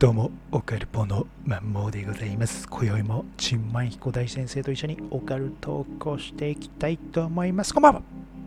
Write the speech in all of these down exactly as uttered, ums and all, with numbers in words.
どうも、オカルポのマンモーでございます。今宵もちんまい彦大先生と一緒にオカルトークをしていきたいと思います。こんばんは。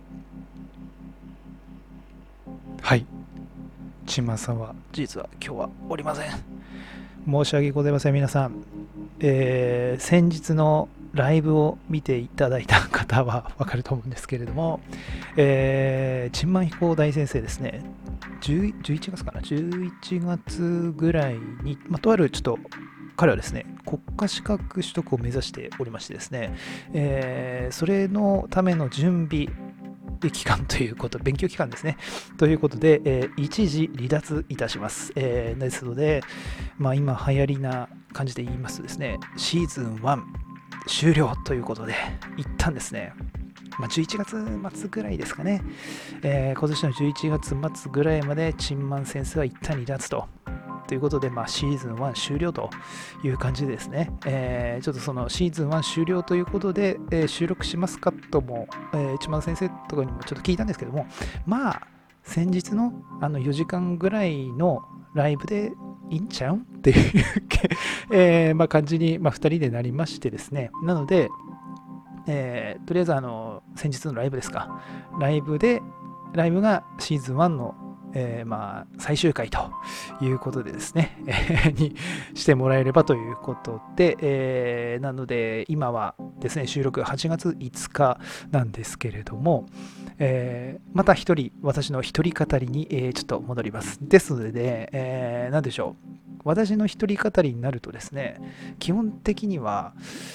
はい、ちんまさんは実は今日はおりません。申し訳ございません。皆さん、えー、先日のライブを見ていただいた方はわかると思うんですけれども、えー、ちんまい彦大先生ですね、じゅういちがつかな、じゅういちがつぐらいに、まあ、とあるちょっと彼はですね、国家資格取得を目指しておりましてですね、えー、それのための準備期間ということ、勉強期間ですね。ということで、えー、一時離脱いたします。えー、ですので、まあ、今流行りな感じで言いますとですね、シーズンワン終了ということで、一旦ですね、まあ、じゅういちがつ末ぐらいですかね、えー、今年のじゅういちがつ末ぐらいまでチンマン先生は一旦離脱と。ということで、まあ、シーズンワン終了という感じですね。えー、ちょっとそのシーズンワン終了ということで、えー、収録しますかとも、えー、チンマン先生とかにもちょっと聞いたんですけども、まあ、先日のあのよじかんぐらいのライブでいいんちゃうっていう、えーまあ、感じに、まあ、ふたりでなりましてですね。なので、えー、とりあえずあの先日のライブですか。ライブで、ライブがシーズンワンの、えー、まあ最終回ということでですね、えー、にしてもらえればということで、えー、なので今はですね、収録はちがついつかなんですけれども、えー、また一人、私の一人語りに、えー、ちょっと戻ります。ですので、えー、何でしょう。私の一人語りになるとですね、基本的には、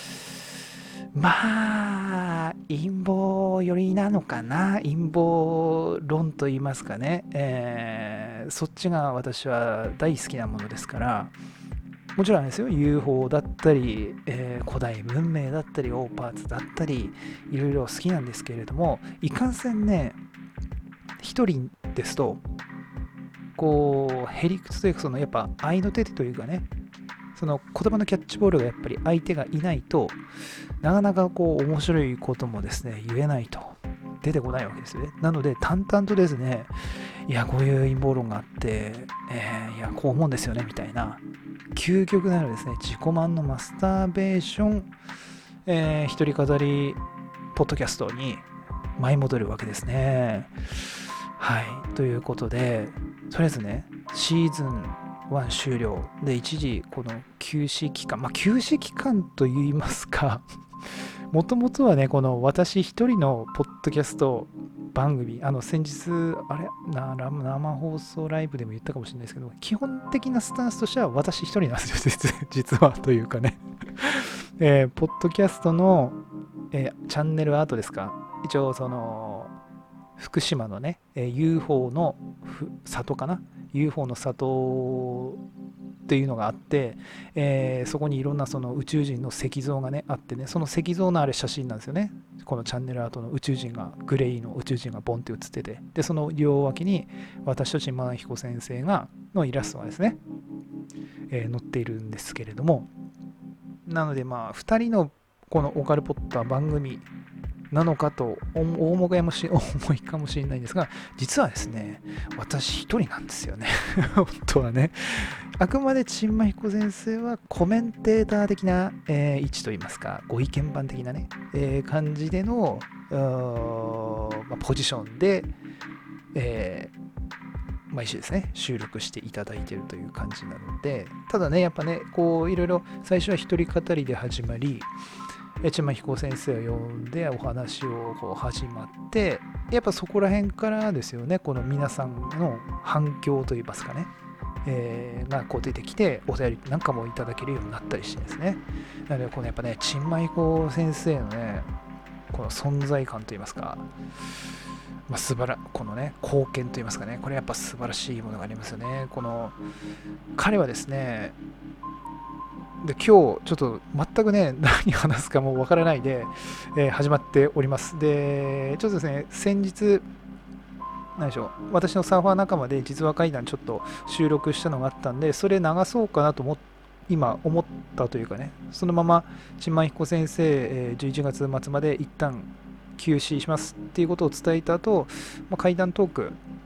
まあ、陰謀寄りなのかな、陰謀論と言いますかね、えーそっちが私は大好きなものですから、もちろんですよ、ユーフォー だったり、えー古代文明だったり、オーパーツだったり、いろいろ好きなんですけれども、いかんせんね、一人ですと、こう、へりくつというか、そのやっぱ愛の手というかね、その言葉のキャッチボールがやっぱり相手がいないと、なかなかこう面白いこともですね、言えないと。出てこないわけですよね。なので、淡々とですね、いや、こういう陰謀論があって、えーいや、こう思うんですよね、みたいな、究極なるですね、自己満のマスターベーション、えー一人語り、ポッドキャストに舞い戻るわけですね。はい。ということで、とりあえずね、シーズンワン終了で、一時、この休止期間、まあ、休止期間といいますか、もともとはね、この私一人のポッドキャスト番組、あの先日、あれな、生放送ライブでも言ったかもしれないですけど、基本的なスタンスとしては私一人なんですよ、実実はというかね。えーポッドキャストの、えーチャンネルアートですか。一応、その、福島のね、えー ユーフォー のふ里かな ユーフォー の里っていうのがあって、えーそこにいろんなその宇宙人の石像がねあってね、その石像のあれ写真なんですよね。このチャンネルアートの宇宙人が、グレイの宇宙人がボンって写ってて、でその両脇に私と島彦先生がのイラストがですね、えー載っているんですけれども、なのでまあふたりのこのオカルポッター番組なのかと大もがやもし思いかもしれないんですが、実はですね、私一人なんですよね。本当はね。あくまでちんまひこ先生はコメンテーター的な、えー位置といいますか、ご意見番的なね、えー感じでの、まあ、ポジションで、えー毎週ですね、収録していただいているという感じなので、ただね、やっぱね、こう、いろいろ最初は一人語りで始まり、ちんまひこ先生を呼んでお話をこう始まって、やっぱそこら辺からですよね、この皆さんの反響といいますかね、えーがこう出てきて、お便りなんかもいただけるようになったりしてですね。なので、このやっぱね、ちんまひこ先生のね、この存在感といいますか、まあ、素晴らこのね、貢献といいますかね、これやっぱ素晴らしいものがありますよね。この彼はですね、で今日ちょっと全くね何話すかもわからないで、えー始まっております。でちょっとですね、先日何でしょう、私のサーファー仲間で実話怪談ちょっと収録したのがあったんで、それ流そうかなと思今思ったというかね、そのままちんまひこ先生、えーじゅういちがつ末まで一旦休止しますっていうことを伝えた後、まあ、怪談トーク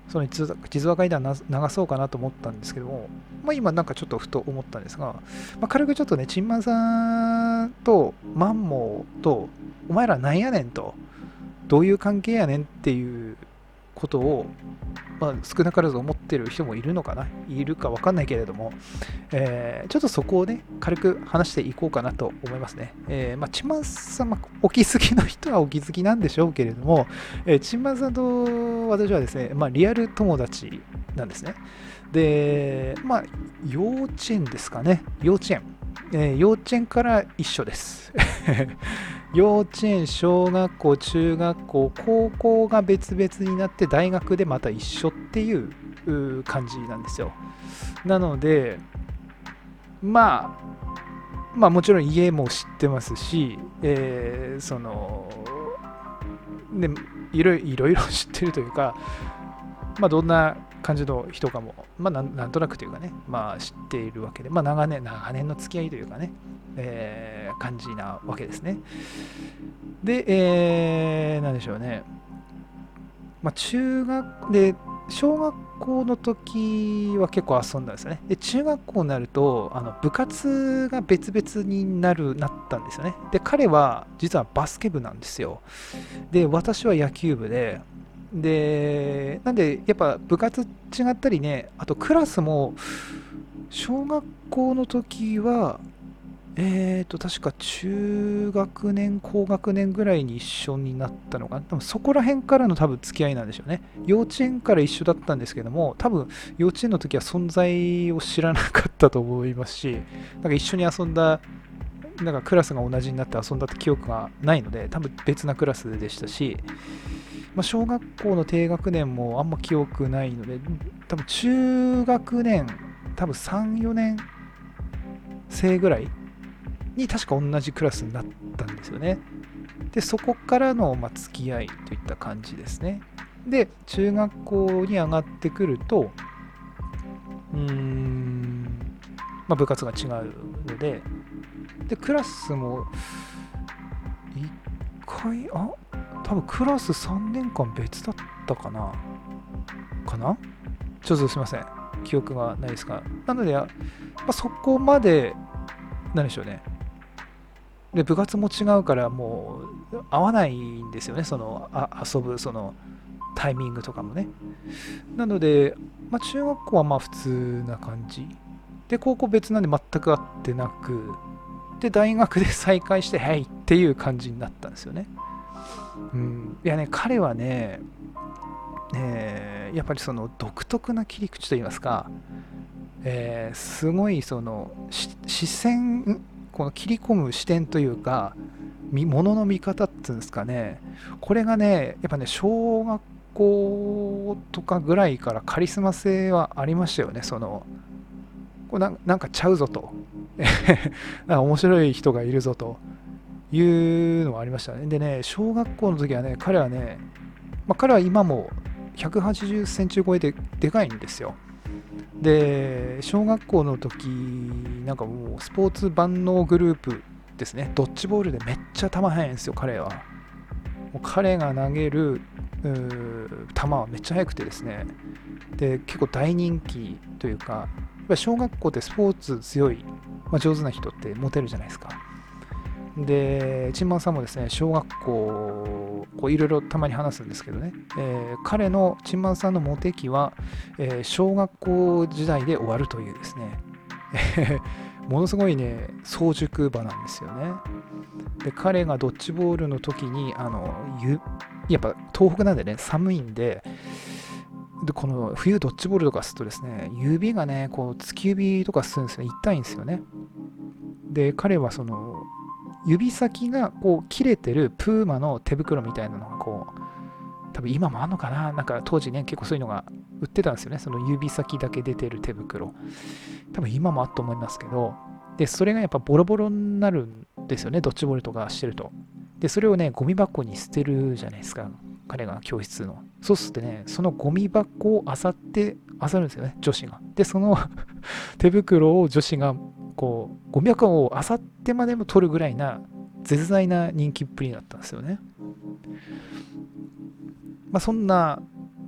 その実話怪談な流そうかなと思ったんですけども、まあ、今なんかちょっとふと思ったんですが、まあ、軽くちょっとね、チンマンさんとマンモーと、お前らなんやねんと、どういう関係やねんっていうことを、まあ、少なからず思ってる人もいるのかな、いるか分かんないけれども、えーちょっとそこをね、軽く話していこうかなと思いますね。えーまあ、チンマンさん、まあお気づきの人はお気づきなんでしょうけれども、えーチンマンさんと私はですね、まあ、リアル友達なんですね。で、まあ、幼稚園ですかね、幼稚園。えー幼稚園から一緒です。幼稚園、小学校、中学校、高校が別々になって大学でまた一緒っていうう感じなんですよ。なので、まあ、まあもちろん家も知ってますし、えーその、ね、いろいろいろ知ってるというか、まあどんな感じの人かも、まあなんなんとなくというかね、まあ知っているわけで、まあ長年、長年の付き合いというかね、えー感じなわけですね。で、えー、なんでしょうね。まあ、中学で、小学校の時は結構遊んだんですよね。で、中学校になると、あの部活が別々になる、なったんですよね。で、彼は実はバスケ部なんですよ。で、私は野球部で、で、なんで、やっぱ部活違ったりね、あとクラスも、小学校の時は、えーと、確か中学年、高学年ぐらいに一緒になったのかな。多分そこら辺からの多分付き合いなんでしょうね。幼稚園から一緒だったんですけども、多分幼稚園の時は存在を知らなかったと思いますし、なんか一緒に遊んだ、なんかクラスが同じになって遊んだって記憶がないので、多分別なクラスでしたし、まあ、小学校の低学年もあんま記憶ないので、多分中学年、多分さん、よねん生ぐらいに確か同じクラスになったんですよね。で、そこからの、まあ、付き合いといった感じですね。で、中学校に上がってくると、うーん、まあ、部活が違うので、で、クラスもいっかい、あ、多分クラスさんねんかん別だったかなかなちょっとすいません。記憶がないですが。なので、まあ、そこまで、なんでしょうね。で部活も違うからもう合わないんですよね、そのあ遊ぶそのタイミングとかもね。なので、まあ、中学校はまあ普通な感じで、高校別なんで全く会ってなく、で大学で再会してはいっていう感じになったんですよね。うん、いやね、彼はね、えーやっぱりその独特な切り口といいますか、えーすごいその視線、この切り込む視点というか、ものの見方っていうんですかね、これがね、やっぱね、小学校とかぐらいからカリスマ性はありましたよね、その、これななんかちゃうぞと、なんか面白い人がいるぞというのはありましたね。でね、小学校の時はね、彼はね、まあ、彼は今もひゃくはちじゅっセンチ超えででかいんですよ。で、小学校の時、なんかもうスポーツ万能グループですね、ドッジボールでめっちゃ球速いんですよ、彼は。もう彼が投げる球はめっちゃ速くてですね、で、結構大人気というか、やっぱり小学校でスポーツ強い、まあ、上手な人ってモテるじゃないですか。で、チンマンさんもですね、小学校、こういろいろたまに話すんですけどね、えー彼の、チンマンさんのモテ期は、えー小学校時代で終わるというですね、ものすごいね、早熟馬なんですよね。で、彼がドッジボールの時に、あの、ゆやっぱ東北なんでね、寒いんで、で、この冬ドッジボールとかするとですね、指がね、こう、突き指とかするんですよね、痛いんですよね。で、彼はその、指先がこう切れてるプーマの手袋みたいなのがこう、多分今もあんのかな、なんか当時ね、結構そういうのが売ってたんですよね、その指先だけ出てる手袋。多分今もあっと思いますけど、で、それがやっぱボロボロになるんですよね、ドッジボールとかしてると。で、それをね、ゴミ箱に捨てるじゃないですか、彼が教室の。そうするとね、そのゴミ箱を漁って、漁るんですよね、女子が。で、その手袋を女子が、こう、ゴミ箱を漁ってまでも取るぐらいな、絶大な人気っぷりだったんですよね。まあ、そんな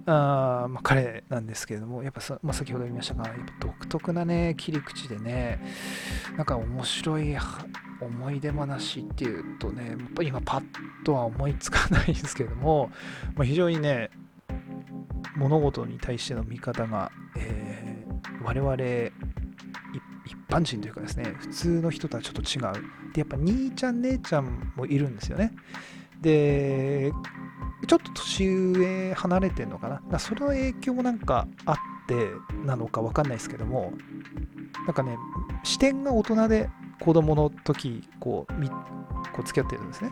あ、まあ、彼なんですけれども、やっぱさ、まあ、先ほど言いましたが、やっぱ独特なね、切り口でね、なんか面白い思い出話っていうとね、やっぱ今パッとは思いつかないですけれども、まあ、非常にね、物事に対しての見方が、えー、我々一般人というかですね、普通の人とはちょっと違う。で、やっぱ兄ちゃん姉ちゃんもいるんですよね。で、ちょっと年上離れてるのかな。だからその影響もなんかあってなのかわかんないですけども、なんかね、視点が大人で子供の時こうみこう付き合ってるんですね。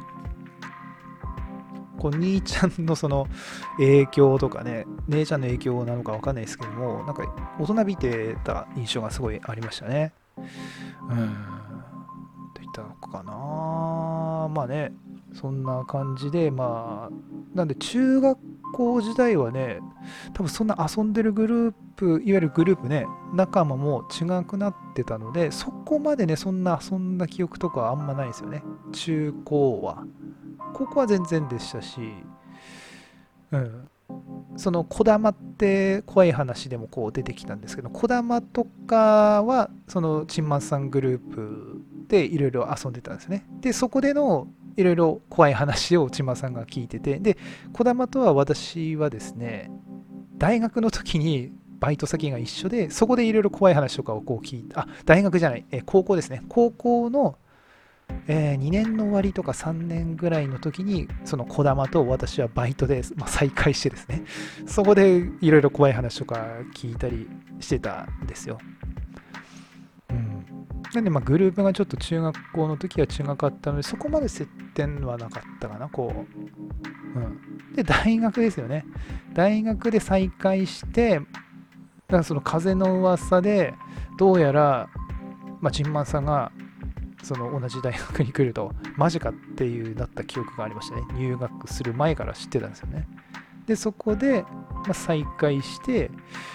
こう兄ちゃんのその影響とかね、姉ちゃんの影響なのかわかんないですけども、なんか大人びてた印象がすごいありましたね。うん。といったのかな。まあね、そんな感じで、まあ、なんで中学校時代はね、多分そんな遊んでるグループ、いわゆるグループね、仲間も違くなってたので、そこまでね、そんな遊んだ記憶とかあんまないですよね。中高は。高校は全然でしたし、うん。その児玉って怖い話でもこう出てきたんですけど、児玉とかはそのチンマンさんグループでいろいろ遊んでたんですね。で、そこでのいろいろ怖い話をチンマンさんが聞いてて、で、児玉とは私はですね、大学の時にバイト先が一緒で、そこでいろいろ怖い話とかをこう聞いて、あ、大学じゃない、え高校ですね。高校のえー、にねんの終わりとかさんねんぐらいの時にその児玉と私はバイトで、まあ、再会してですね、そこでいろいろ怖い話とか聞いたりしてたんですよ。うん、なんでまあグループがちょっと中学校の時は違かったので、そこまで接点はなかったかな。こう、うん、で大学ですよね。大学で再会して、だからその風の噂でどうやら、まあ、チンマンさんがその同じ大学に来るとマジかっていうなった記憶がありましたね。入学する前から知ってたんですよね。でそこで、まあ、再会して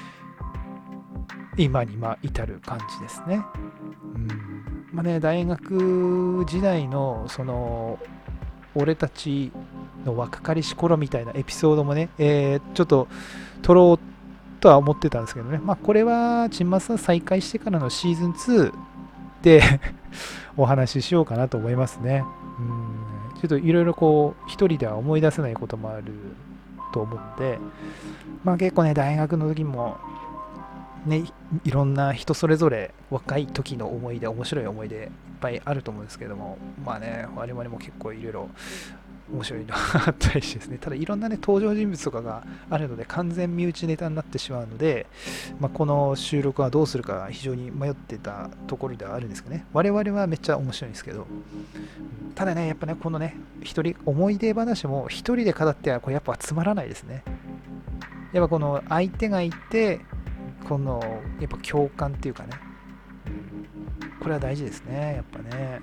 今にまあ至る感じですね。うんまあね、大学時代のその俺たちの若かりし頃みたいなエピソードもね、えー、ちょっと撮ろうとは思ってたんですけどね、まあこれはチンマスさん再開してからのシーズンツーでお話ししようかなと思いますね。うんちょっといろいろこう一人では思い出せないこともあると思うんで、まあ結構ね大学の時もねいろんな人それぞれ若い時の思い出、面白い思い出いっぱいあると思うんですけども、まあね我々も結構いろいろ面白いのがあったりしてですね、ただいろんなね登場人物とかがあるので完全身内ネタになってしまうので、まあ、この収録はどうするか非常に迷ってたところではあるんですけどね、我々はめっちゃ面白いんですけど、ただねやっぱねこのね一人思い出話も一人で語ってはこれやっぱつまらないですね。やっぱこの相手がいてこのやっぱ共感っていうかね、これは大事ですねやっぱね。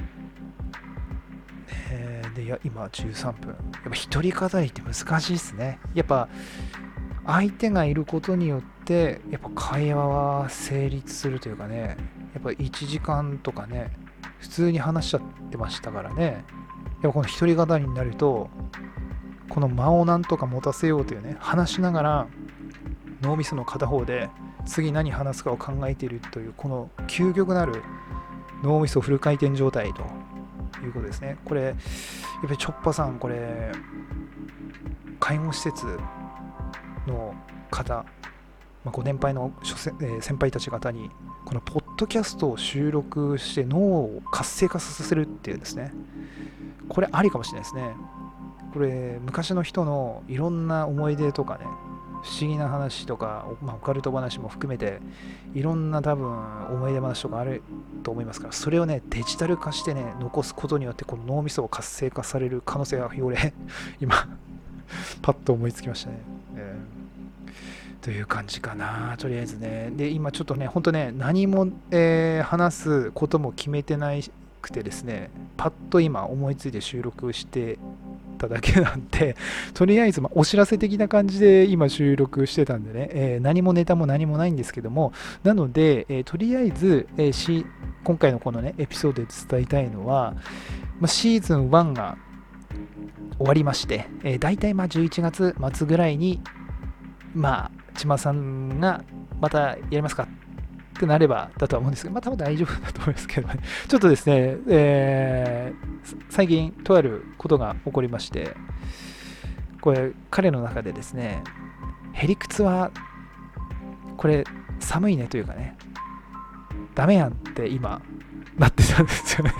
えー、でいや今じゅうさんぷん、やっぱ一人語りって難しいですね。やっぱ相手がいることによってやっぱ会話は成立するというかね、やっぱいちじかんとかね普通に話しちゃってましたからね。やっぱこの一人語りになるとこの間をなんとか持たせようというね、話しながら脳みその片方で次何話すかを考えているというこの究極なる脳みそフル回転状態ということですね。これやっぱりチョッパさん、これ介護施設の方、まあ、ご年配の先輩たち方にこのポッドキャストを収録して脳を活性化させるっていうですね、これありかもしれないですね。これ昔の人のいろんな思い出とかね、不思議な話とか、まあ、オカルト話も含めていろんな多分思い出話とかあると思いますから、それをねデジタル化してね残すことによってこの脳みそを活性化される可能性が俺今パッと思いつきましたね、えー、という感じかなとりあえずね。で今ちょっとね本当ね何も、えー、話すことも決めてないくてですね、パッと今思いついて収録してただけなんで、とりあえずまあお知らせ的な感じで今収録してたんでね、えー、何もネタも何もないんですけども、なので、えー、とりあえず、えー、し今回のこのねエピソードで伝えたいのは、まあ、シーズンワンが終わりまして、えー、大体まあじゅういちがつ末ぐらいにまあ千葉さんがまたやりますかってなればだとは思うんですけど、まあ多分大丈夫だと思いますけどね。ちょっとですね、えー最近とあることが起こりまして、これ彼の中でですね、へりくつはこれ寒いねというかね、ダメやんって今なってたんですよね。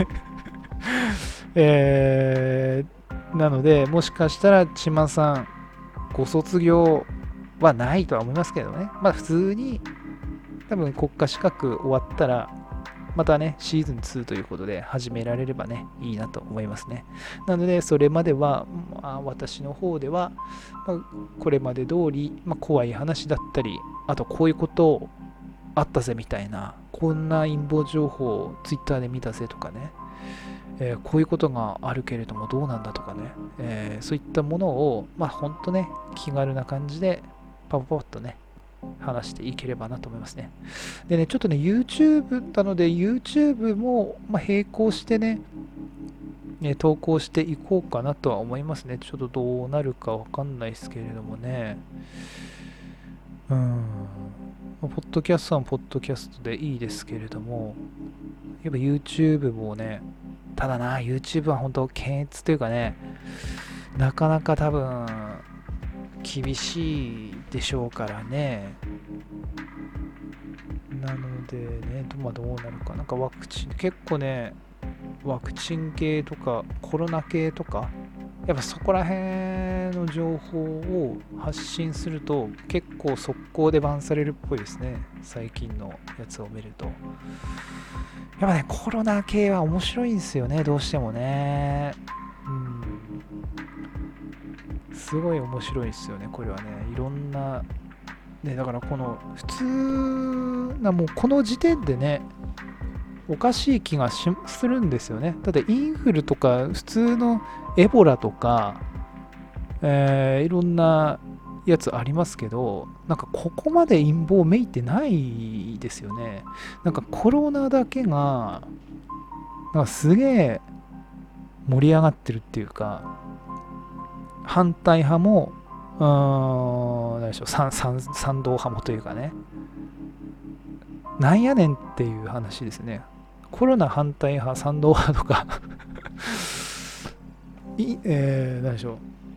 えーなのでもしかしたら千葉さんご卒業はないとは思いますけどね。まあ普通に多分国家資格終わったらまたねシーズンツーということで始められればねいいなと思いますね。なのでそれまでは、まあ、私の方では、まあ、これまで通り、まあ、怖い話だったり、あとこういうことあったぜみたいな、こんな陰謀情報をツイッターで見たぜとかね、えーこういうことがあるけれどもどうなんだとかね、えーそういったものをまあ本当ね気軽な感じでパパパッとね話していければなと思いますね。でね、ちょっとね、YouTube なので、YouTube も、まあ、並行してね、ね投稿していこうかなとは思いますね。ちょっとどうなるかわかんないですけれどもね。うん。ポッドキャストはポッドキャストでいいですけれども、やっぱ YouTube もね、ただな、YouTube は本当検閲というかね、なかなか多分厳しいでしょうからね。なのでね、まあ、どうなるか。なんかワクチン、結構ね、ワクチン系とかコロナ系とか、やっぱそこら辺の情報を発信すると結構速攻でバンされるっぽいですね。最近のやつを見ると。やっぱね、コロナ系は面白いんですよね、どうしてもね。うん。すごい面白いですよね、これはね。いろんな、ね、だからこの普通な、もうこの時点でね、おかしい気がしするんですよね。だってインフルとか普通のエボラとか、えーいろんなやつありますけど、なんかここまで陰謀めいてないですよね。なんかコロナだけが、なんかすげえ盛り上がってるっていうか、反対派も、うーん、何でしょう、賛賛賛同派もというかね、なんやねんっていう話ですね。コロナ反対派、賛同派とかい、えー、何でしょ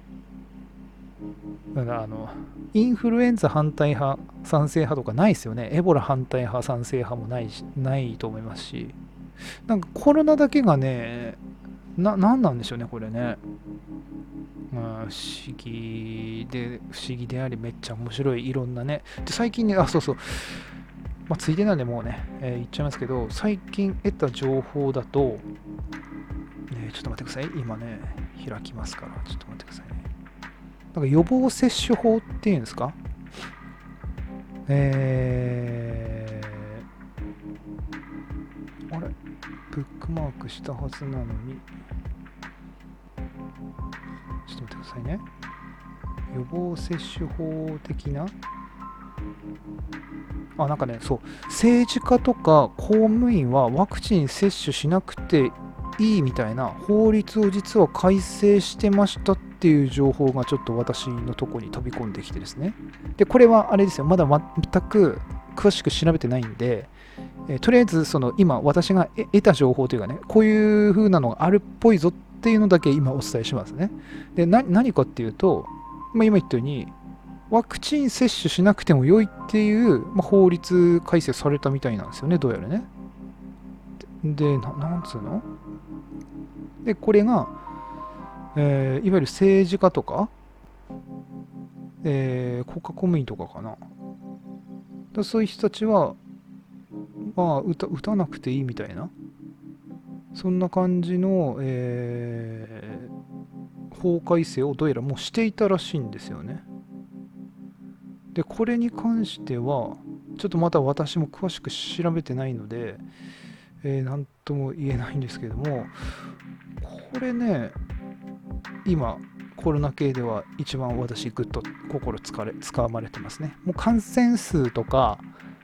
う。なんかあの、インフルエンザ反対派、賛成派とかないですよね。エボラ反対派、賛成派もないし、ないと思いますし。なんかコロナだけがね、な、なんなんでしょうね、これね。まあ、不思議で、不思議であり、めっちゃ面白い、いろんなね。で、最近ね、あ、そうそう、まあ、ついでなんでもうね、えー言っちゃいますけど、最近得た情報だと、ね、ちょっと待ってください。今ね、開きますから、ちょっと待ってくださいね。なんか予防接種法っていうんですか、えー、あれブックマークしたはずなのに、ちょっと待ってくださいね。予防接種法的な、あ、なんかね、そう、政治家とか公務員はワクチン接種しなくていいみたいな法律を実は改正してましたっていう情報がちょっと私のとこに飛び込んできてですね。で、これはあれですよ、まだ全く詳しく調べてないんで、えーとりあえずその今私が得た情報というかね、こういう風なのがあるっぽいぞっていうのだけ今お伝えしますね。で、な何かっていうと、まあ、今言ったように、ワクチン接種しなくても良いっていう、まあ、法律改正されたみたいなんですよね、どうやらね。で、ななんつうので、これが、えーいわゆる政治家とか、えー国家公務員とかかな。だそういう人たちは、まあ、打た打たなくていいみたいな、そんな感じの、えー法改正をどうやらもうしていたらしいんですよね。で、これに関しては、ちょっとまた私も詳しく調べてないので、えー、なんとも言えないんですけども、これね、今、コロナ系では一番私、ぐっと心つかれ、つかまれてますね。もう感染数とか、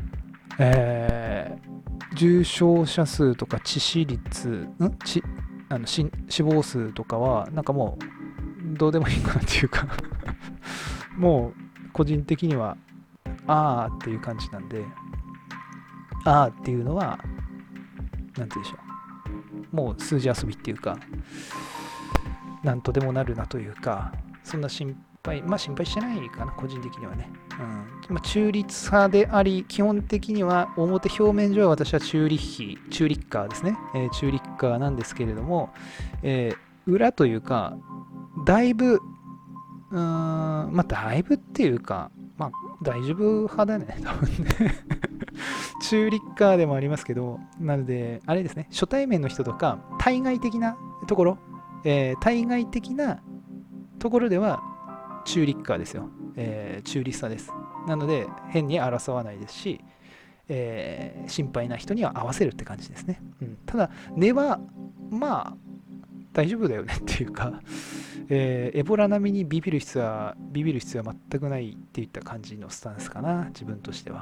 えー重症者数とか致死率、んちあの死死亡数とかは、なんかもう、どうでもいいかなっていうかもう、 個人的にはあーっていう感じなんで、あーっていうのはなんて言うんでしょう、もう数字遊びっていうか、なんとでもなるなというか、そんな心配、まあ心配してないかな、個人的にはね。うん、まあ、中立派であり、基本的には表表面上は私は中立比、中立化ですね、えー、中立化なんですけれども、えー、裏というか、だいぶ、うーん、まあだいぶっていうか、まあ大丈夫派だね、多分ね。中立化でもありますけど、なので、あれですね、初対面の人とか、対外的なところ、えー、対外的なところでは中立化ですよ、えー、中立さです。なので、変に争わないですし、えー、心配な人には合わせるって感じですね。うん、ただ、根は、まあ、大丈夫だよねっていうか、えー、エボラ並みにビビる必要は、ビビる必要は全くないっていった感じのスタンスかな、自分としては。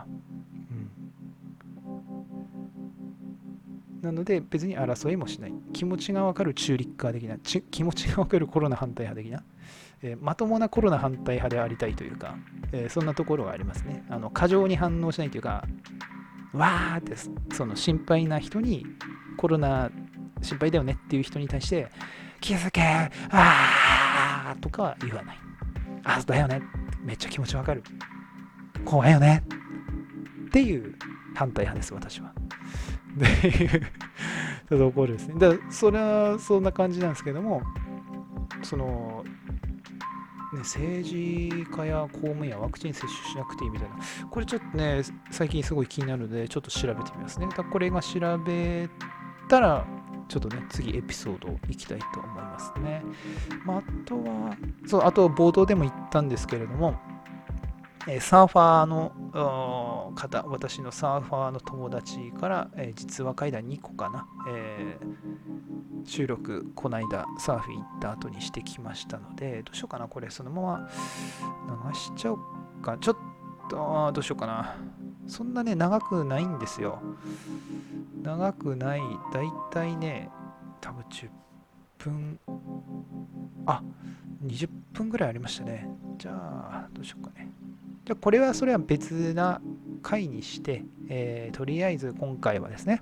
なので別に争いもしない。気持ちがわかる中立化的な、気持ちがわかるコロナ反対派的な、えー、まともなコロナ反対派でありたいというか、えー、そんなところがありますね。あの過剰に反応しないというか、わーってその心配な人に、コロナ心配だよねっていう人に対して、気づけーあーとかは言わない。あ、だよね。めっちゃ気持ちわかる。怖いよね。っていう反対派です、私は。っていうところですね。だからそれはそんな感じなんですけども、その、ね、政治家や公務員はワクチン接種しなくていいみたいな、これちょっとね、最近すごい気になるので、ちょっと調べてみますね。だこれが調べたら、ちょっとね、次エピソード行きたいと思いますね。まあ、あとは、そう、あと冒頭でも言ったんですけれども、サーファーの方、私のサーファーの友達から、えー、実話怪談にこかな、えー、収録、こないだサーフィン行った後にしてきましたので、どうしようかな、これそのまま流しちゃおうか。ちょっと、どうしようかな。そんなね、長くないんですよ。長くない、だいたいね、多分じゅっぷん、あ、にじゅっぷんぐらいありましたね。じゃあ、どうしようかね。じゃあこれはそれは別な回にして、えー、とりあえず今回はですね、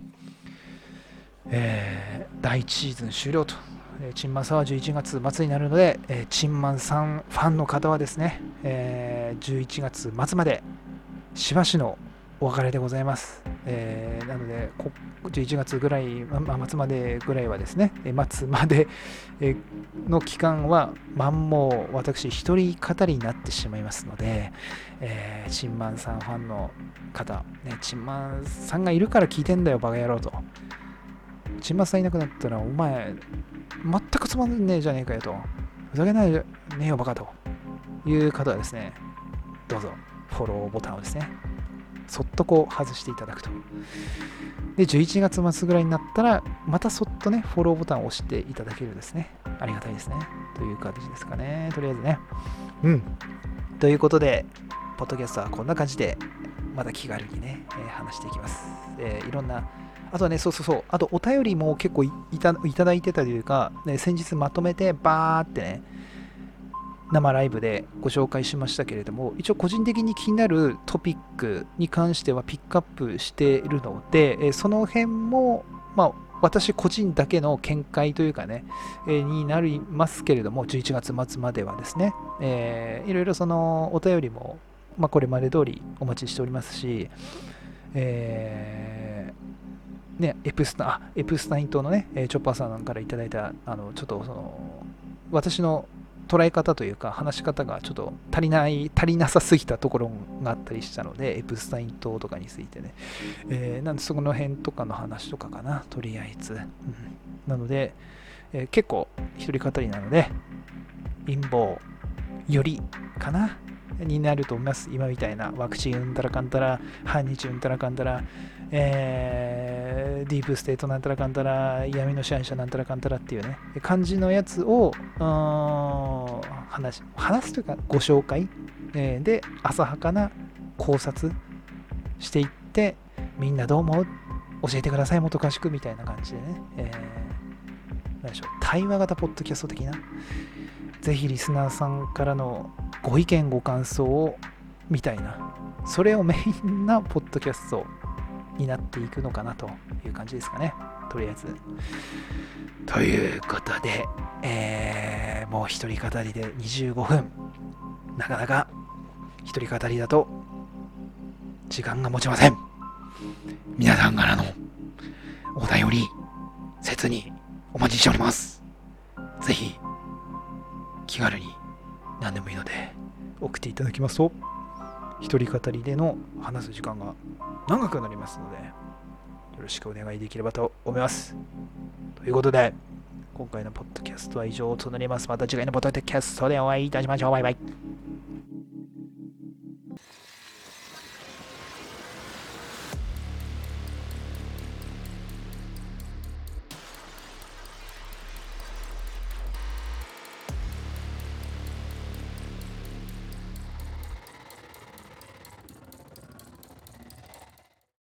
えー、だいいちシーズン終了と、えー、チンマンさんはじゅういちがつ末になるので、えー、チンマンさんファンの方はですね、えー、じゅういちがつ末までしばしのお別れでございます。えー、なので、じゅういちがつぐらい、まあ、末までぐらいはですね、末までの期間は、まんもう私一人語りになってしまいますので、えー、チンマンさんファンの方、ね、チンマンさんがいるから聞いてんだよ、バカ野郎と。チンマンさんいなくなったら、お前、全くつまんねえじゃねえかよと。ふざけないでねえよ、バカという方はですね、どうぞ、フォローボタンをですね、そっとこう外していただくと。で、じゅういちがつ末ぐらいになったら、またそっとね、フォローボタンを押していただけるですね。ありがたいですね。という感じですかね。とりあえずね。うん。ということで、ポッドキャストはこんな感じで、また気軽にね、えー、話していきます。えー、いろんな、あとはね、そうそうそう、あとお便りも結構いた、いただいてたというか、ね、先日まとめてバーってね、生ライブでご紹介しましたけれども、一応個人的に気になるトピックに関してはピックアップしているので、その辺も、まあ、私個人だけの見解というかね、えになりますけれども、じゅういちがつ末まではですね、えー、いろいろそのお便りも、まあ、これまで通りお待ちしておりますし、えーね、エプスタ、あ、エプスタイン島のね、チョッパーさんからいただいた、あの、ちょっとその、私の捉え方というか話し方がちょっと足りない足りなさすぎたところがあったりしたので、エプスタイン島とかについてね、えー、なんでその辺とかの話とかかな、とりあえず、うん、なので、えー、結構一人語りなので陰謀よりかなになると思います。今みたいなワクチンうんたらかんたら、反日うんたらかんたら、えー、ディープステートなんたらかんたら、闇の支配者なんたらかんたらっていうね、感じのやつを話, 話すというかご紹介、えー、で浅はかな考察していって、みんなどう思う教えてくださいもっと賢くみたいな感じでね、えー、何でしょう、対話型ポッドキャスト的な、ぜひリスナーさんからのご意見ご感想をみたいな、それをメインなポッドキャストになっていくのかなという感じですかね、とりあえず。ということで、えー、もう一人語りでにじゅうごふん、なかなか一人語りだと時間が持ちません。皆さんからのお便り切にお待ちしております。ぜひ気軽に何でもいいので送っていただきますと、一人語りでの話す時間が長くなりますので、よろしくお願いできればと思います。ということで、今回のポッドキャストは以上となります。また次回のポッドキャストでお会いいたしましょう。バイバイ。